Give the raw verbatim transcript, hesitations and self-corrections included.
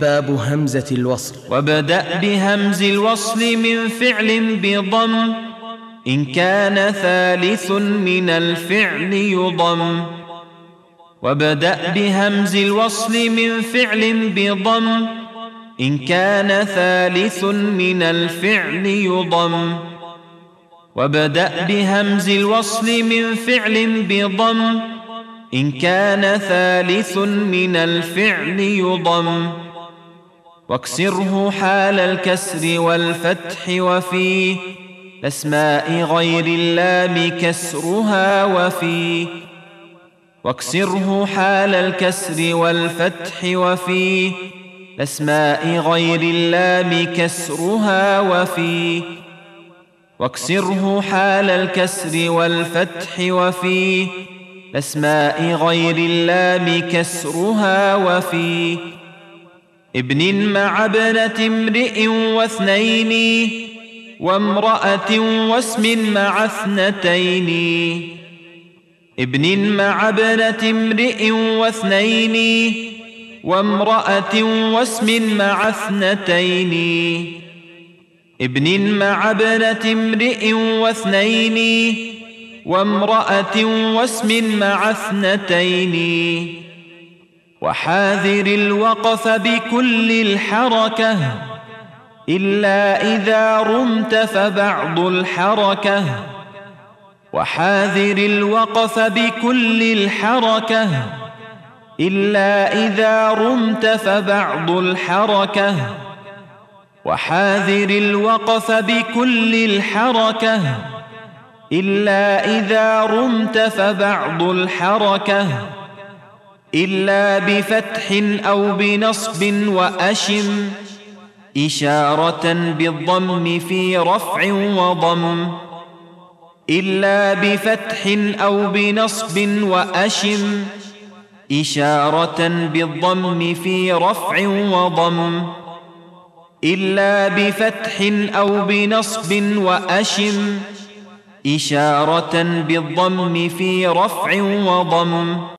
باب همزة الوصل. وابدأ بهمز الوصل من فعل بضم إن كان ثالث من الفعل يضم. وابدأ بهمز الوصل من فعل بضم إن كان ثالث من الفعل يضم. وابدأ بهمز الوصل من فعل بضم إن كان ثالث من الفعل يضم. واكسره حال الكسر والفتح وفي الأسماء غير اللام كسرها وفي. واكسره حال الكسر والفتح وفي الأسماء غير اللام كسرها وفي. واكسره حال الكسر والفتح وفي الأسماء غير اللام كسرها وفي. ابن مع ابنة امرئ واثنين وامرأة واسم مع اثنتين. ابن مع ابنة امرئ واثنين وامرأة واسم مع اثنتين. ابن مع ابنة امرئ واثنين وامرأة واسم مع اثنتين. وحاذر الوقف بكل الحركة إلا إذا رمت فبعض الحركة. وحاذر الوقف بكل الحركة إلا إذا رمت فبعض الحركة. وحاذر الوقف بكل الحركة إلا إذا رمت فبعض الحركة. إلا بفتح أو بنصب وأشم إشارة بالضم في رفع وضم. إلا بفتح أو بنصب وأشم إشارة بالضم في رفع وضم. إلا بفتح أو بنصب وأشم إشارة بالضم في رفع وضم.